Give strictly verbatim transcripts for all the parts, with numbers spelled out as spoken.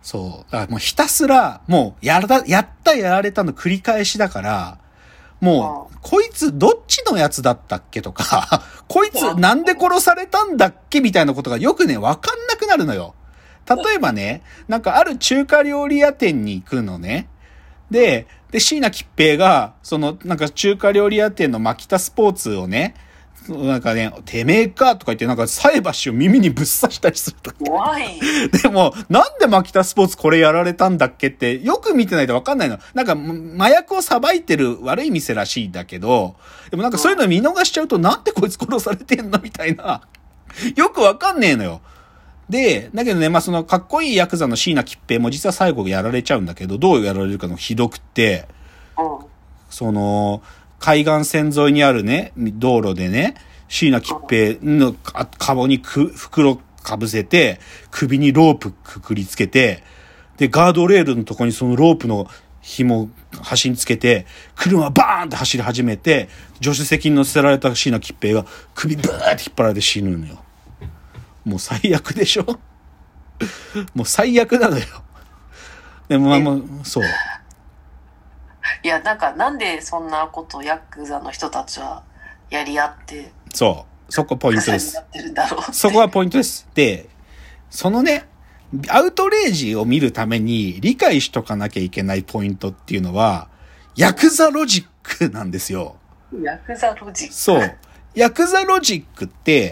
そう。だからもうひたすら、もう、やら、やったやられたの繰り返しだから、もう、こいつどっちのやつだったっけとか、こいつなんで殺されたんだっけみたいなことがよくね、わかんなくなるのよ。例えばね、なんかある中華料理屋店に行くのね。で、で、椎名桔平が、その、なんか中華料理屋店のマキタスポーツをね、なんかね、てめえかとか言って、なんか菜箸を耳にぶっ刺したりすると。 怖い。 でも、なんでマキタスポーツこれやられたんだっけって、よく見てないとわかんないの。なんか、麻薬をさばいてる悪い店らしいんだけど、でもなんかそういうの見逃しちゃうと、なんでこいつ殺されてんのみたいな。よくわかんねえのよ。で、だけどね、まあ、その、かっこいいヤクザの椎名桔平も実は最後やられちゃうんだけど、どうやられるかのひどくって、 うん、 その、海岸線沿いにあるね、道路でね、椎名桔平の顔にく袋かぶせて、首にロープくくりつけて、で、ガードレールのとこにそのロープの紐、端につけて、車バーンって走り始めて、助手席に乗せられた椎名桔平が首ブーって引っ張られて死ぬのよ。もう最悪でしょもう最悪なのよ。でもまあもう、そう。 いや、なんか、なんでそんなことヤクザの人たちはやり合って、 そう。そこポイントです。 やってるんだろうって。 そこはポイントです。で、そのね、アウトレイジを見るために理解しとかなきゃいけないポイントっていうのは、ヤクザロジックなんですよ。 ヤクザロジック。 そう。ヤクザロジックって、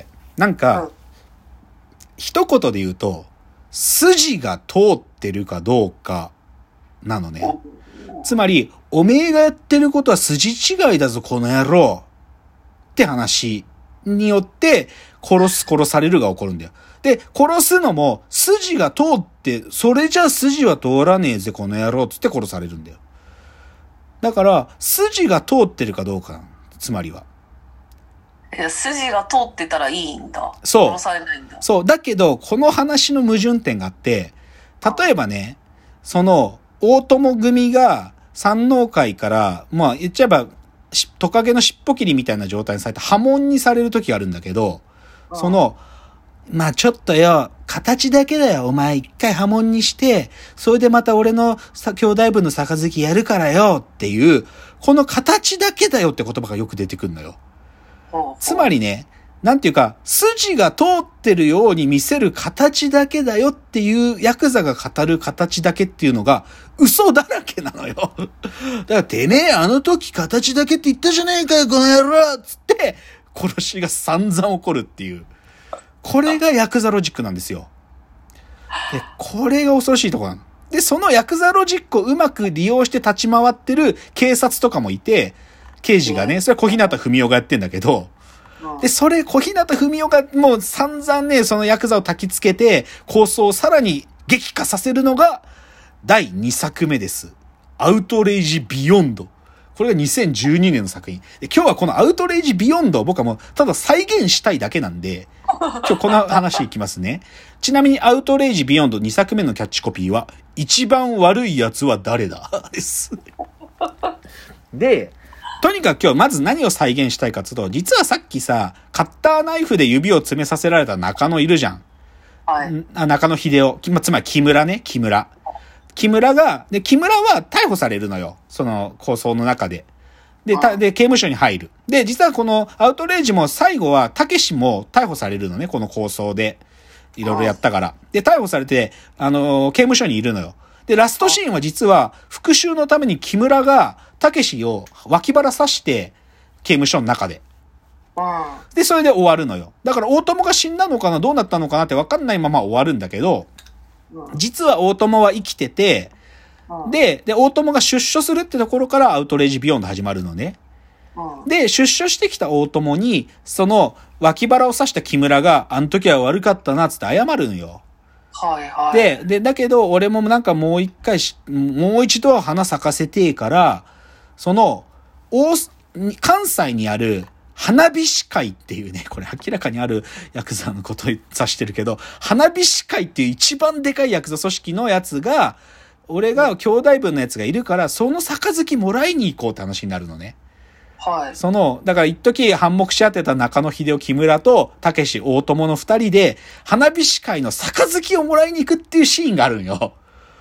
なんか、うん、一言で言うと、筋が通ってるかどうかなのね。つまり、おめえがやってることは筋違いだぞ、この野郎って話によって、殺す、殺されるが起こるんだよ。で、殺すのも、筋が通って、それじゃ筋は通らねえぜ、この野郎つって殺されるんだよ。だから、筋が通ってるかどうか、つまりは。 いや、筋が通ってたらいいんだ。 そう。 殺されないんだ。 そう。だけど、この話の矛盾点があって、例えばね、その、大友組が山王会から、まあ言っちゃえば、トカゲの尻尾切りみたいな状態にされて破門にされる時があるんだけど、その、まあちょっとよ、形だけだよ、お前一回破門にして、それでまた俺の兄弟分の杯やるからよっていう、この形だけだよって言葉がよく出てくるのよ。つまりね、なんていうか、筋が通ってるように見せる形だけだよっていうヤクザが語る形だけっていうのが嘘だらけなのよ。だからてめえあの時形だけって言ったじゃねえかよ、この野郎つって殺しが散々起こるっていう。これがヤクザロジックなんですよ。で、これが恐ろしいところなの。で、そのヤクザロジックをうまく利用して立ち回ってる警察とかもいて、刑事がね、それは小日向文雄がやってんだけど、で、それ、小日向文雄がもう散々ね、そのヤクザを焚きつけて、構想をさらに激化させるのが、だいにさくめです。アウトレイジビヨンド。これがにせんじゅうにねんの作品。で、今日はこのアウトレイジビヨンドを僕はもう、ただ再現したいだけなんで、今日この話いきますね。ちなみにアウトレイジビヨンドにさくめのキャッチコピーは、一番悪い奴は誰だです。で、とにかく今日まず何を再現したいかというと、実はさっきさ、カッターナイフで指を詰めさせられた中野いるじゃん。 はい。 あ、中野秀夫。つまり木村ね、木村。木村が、で、木村は逮捕されるのよ。その構想の中で。で、た、で、刑務所に入る。で、実はこのアウトレイジも最後は、たけしも逮捕されるのね、この構想で。いろいろやったから。で、逮捕されて、あのー、刑務所にいるのよ。で、ラストシーンは実は、復讐のために木村が、たけしを脇腹刺して、刑務所の中で。で、それで終わるのよ。だから大友が死んだのかな、どうなったのかなって分かんないまま終わるんだけど、実は大友は生きてて、で、で、大友が出所するってところからアウトレイジビヨンド始まるのね。で、出所してきた大友に、その脇腹を刺した木村が、あの時は悪かったな、つって謝るのよ。 はいはい。 で、で、だけど、俺もなんかもう一回し、もう一度は花咲かせてえから、その、大、関西にある、花火師会っていうね、これ明らかにあるヤクザのことを指してるけど、花火師会っていう一番でかいヤクザ組織のやつが、俺が兄弟分のやつがいるから、その杯もらいに行こうって話になるのね。 はい。 その、だから一時反目し合ってた中野秀夫木村と、たけし大友の二人で、花火師会の杯をもらいに行くっていうシーンがあるんよ。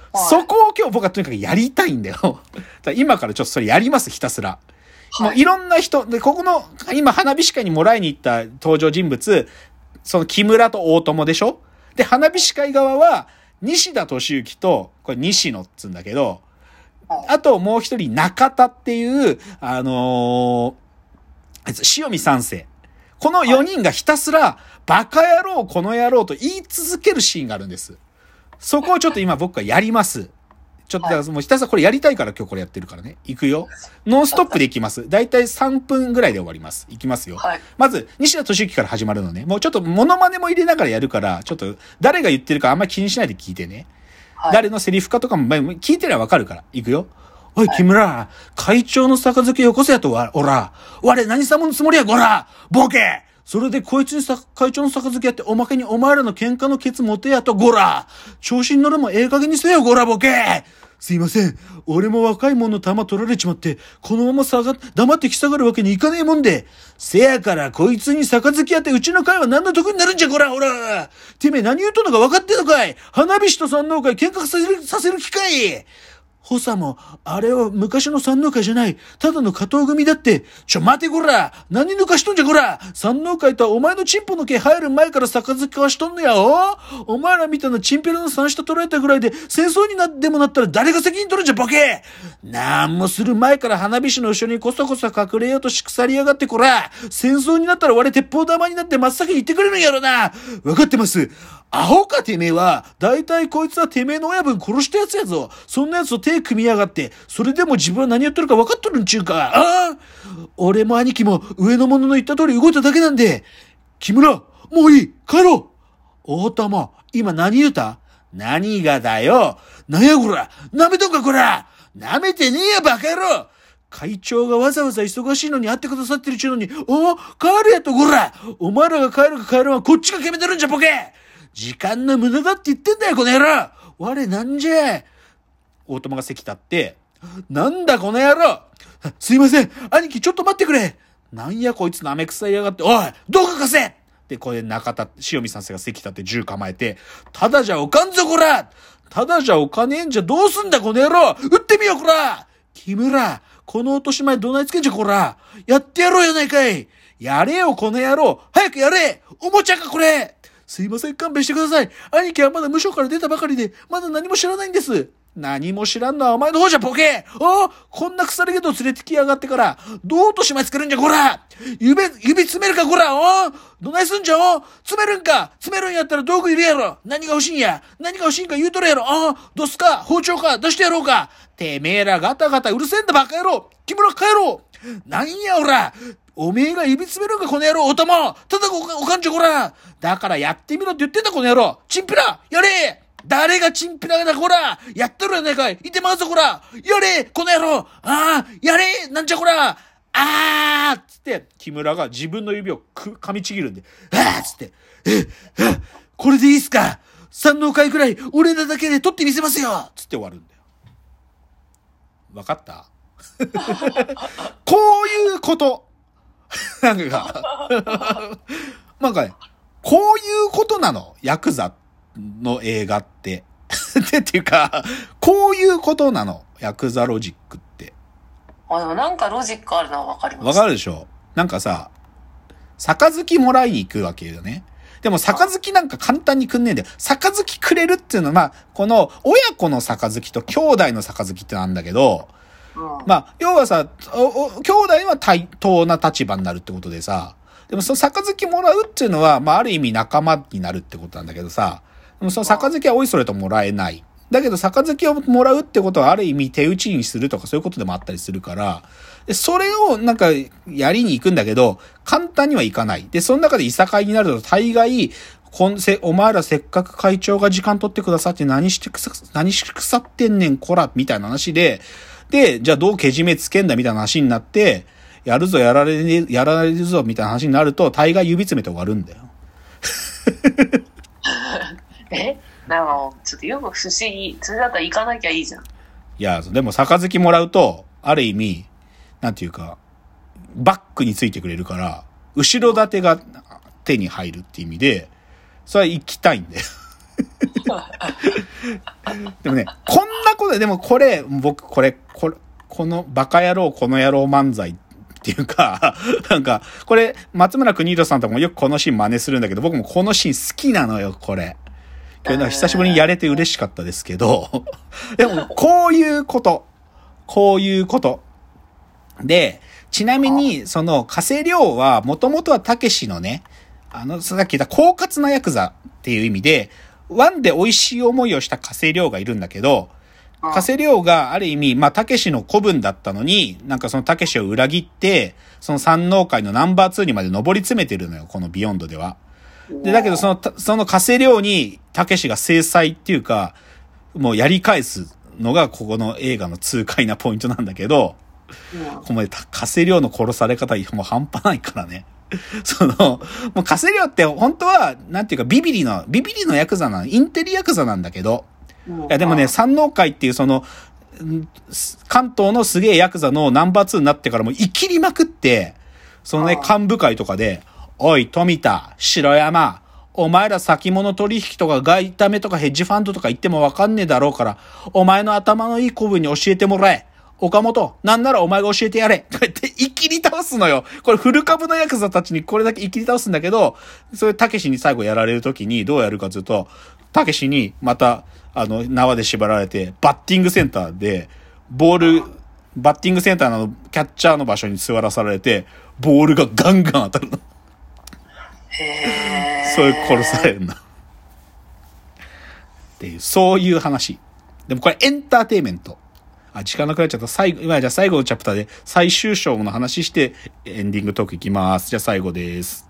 そこを今日僕はとにかくやりたいんだよ。だから今からちょっとそれやります、ひたすら。もういろんな人、で、ここの、今花火師会にもらいに行った登場人物、その木村と大友でしょ？で、花火師会側は、西田敏行と、これ西野っつうんだけど、あともう一人中田っていう、あのー、塩見三世。このよにんがひたすら、バカ野郎、この野郎と言い続けるシーンがあるんです。そこをちょっと今僕はやります。ちょっと、だからもうひたすらこれやりたいから今日これやってるからね。行くよ。ノンストップで行きます。だいたいさんぷんぐらいで終わります。行きますよ。はい、まず、西田敏行から始まるのね。もうちょっとモノマネも入れながらやるから、ちょっと誰が言ってるかあんまり気にしないで聞いてね。はい、誰のセリフかとかも聞いてりゃわかるから。行くよ。おい、木村、はい、会長の杯よこせやとわ、おら。我何様のつもりや、ごら。ボケそれでこいつにさ、会長の杯やっておまけにお前らの喧嘩のケツ持てやと、ごら調子に乗るもええ加減にせよ、ごらボケすいません。俺も若いもんの玉取られちまって、このまま下が、黙って来下がるわけにいかねえもんで。せやからこいつに杯やってうちの会は何の得になるんじゃ、こら、ほらてめえ何言うとんのか分かってんのかい花火師と山王会喧嘩させる、させる気かい補佐も、あれは昔の山王会じゃない。ただの加藤組だって。ちょ、待てこら何抜かしとんじゃこら山王会とはお前のチンポの毛入る前から杯交わしとんのやおお前らみたいなチンピラの三下取られたぐらいで戦争になってもなったら誰が責任取るんじゃボケなんもする前から花火師の後ろにこそこそ隠れようとし腐りやがってこら戦争になったら我鉄砲玉になって真っ先に言ってくれるんやろなわかってますアホかてめえは。だいたいこいつはてめえの親分殺したやつやぞ。そんなやつと手組みやがって、それでも自分は何やってるか分かっとるんちゅうか。ああ俺も兄貴も上の者の言った通り動いただけなんで。木村、もういい帰ろう大友、今何言うた何がだよなんやこら舐めとんかこら舐めてねえやバカ野郎会長がわざわざ忙しいのに会ってくださってるちゅうのに、おお帰るやとこらお前らが帰るか帰るはこっちが決めてるんじゃボケ時間の無駄だって言ってんだよこの野郎我なんじゃ大友が席立って、なんだこの野郎すいません兄貴ちょっと待ってくれなんやこいつ舐めくさいやがっておいどうか貸せで、これ中田、塩見さんせが席立って銃構えて、ただじゃおかんぞこらただじゃおかねえんじゃどうすんだこの野郎撃ってみよこら木村この落とし前どないつけんじゃこらやってやろうやないかいやれよこの野郎早くやれおもちゃかこれすいません勘弁してください兄貴はまだ無所から出たばかりでまだ何も知らないんです何も知らんのはお前の方じゃボケおおこんな腐れ毛と連れてきやがってからどう落とし前つけるんじゃこら指指詰めるかこらおどないすんじゃお詰めるんか詰めるんやったら道具いるやろ何が欲しいんや何が欲しいんか言うとるやろおどすか包丁か出してやろうかてめえらガタガタうるせえんだバカ野郎木村帰ろうなんやおらおめえが指詰めるんかこの野郎おたまただおかんじゃこらだからやってみろって言ってんだこの野郎チンピラやれ誰がチンピラだこらやっとるやないかいいてまうぞこらやれこの野郎ああやれなんじゃこらああつって木村が自分の指をく噛みちぎるんでああつってええこれでいいっすか山王会くらい俺らだけで取ってみせますよつって終わるんだよわかったこういうことなんかなんかねこういうことなのヤクザの映画ってでっていうかこういうことなのヤクザロジックってあでもなんかロジックあるのはわかりますわかるでしょなんかさ杯もらいに行くわけよねでも杯なんか簡単にくんねえんだよ杯くれるっていうのはまあこの親子の杯と兄弟の杯ってなんだけど、うん、まあ要はさおお兄弟は対等な立場になるってことでさでもその杯もらうっていうのはまあある意味仲間になるってことなんだけどさでもその杯はおいそれともらえない。だけど杯をもらうってことはある意味手打ちにするとかそういうことでもあったりするから、それをなんかやりに行くんだけど、簡単にはいかない。で、その中でいさかいになると大概、こんせお前らせっかく会長が時間取ってくださって何してくさ、何して腐ってんねんこら、みたいな話で、で、じゃあどうけじめつけんだみたいな話になって、やるぞやられる、やられるぞみたいな話になると、大概指詰めて終わるんだよ。 えなんかちょっとよく不思議。それだったら行かなきゃいいじゃん。いや、でも杯もらうと、ある意味、なんていうか、バックについてくれるから、後ろ盾が手に入るって意味で、それは行きたいんだよ。 でもね、こんなことで、でもこれ、僕、これ、これ、このバカ野郎、この野郎漫才っていうか、なんか、これ、松村邦洋さんとかもよくこのシーン真似するんだけど、僕もこのシーン好きなのよ、これ。今日久しぶりにやれて嬉しかったですけど、でも、こういうこと、こういうこと。で、ちなみに、その、加瀬亮は、もともとはたけしのね、あの、さっき言った狡猾なヤクザっていう意味で、ワンで美味しい思いをした加瀬亮がいるんだけど、加瀬亮がある意味、まあ、たけしの子分だったのに、なんかそのたけしを裏切って、その山王会のナンバーツーにまで上り詰めてるのよ、このビヨンドでは。で、だけどその、その加瀬亮にたけしが制裁っていうか、もうやり返すのがここの映画の痛快なポイントなんだけど、ここで加瀬亮の殺され方もう半端ないからね。その、もう加瀬亮って本当は、なんていうかビビリの、ビビリのヤクザなの、インテリヤクザなんだけど、いやでもね、山王会っていうその、関東のすげえヤクザのナンバーツーになってからもう生きりまくって、そのね、幹部会とかで、おい、富田、城山、お前ら先物取引とか外為とかヘッジファンドとか言ってもわかんねえだろうから、お前の頭のいい子分に教えてもらえ。岡本、なんならお前が教えてやれとか言って生きり倒すのよ。これフル株のヤクザたちにこれだけ生きり倒すんだけど、それたけしに最後やられるときにどうやるかというと、たけしにまた、あの、縄で縛られて、バッティングセンターで、ボール、バッティングセンターのキャッチャーの場所に座らされて、ボールがガンガン当たるの。 へー。 それ殺されるの。っていう、そういう話。でもこれエンターテイメント。あ、時間なくなっちゃった。最後、今じゃあ最後のチャプターで最終章の話してエンディングトークいきます。じゃあ最後です。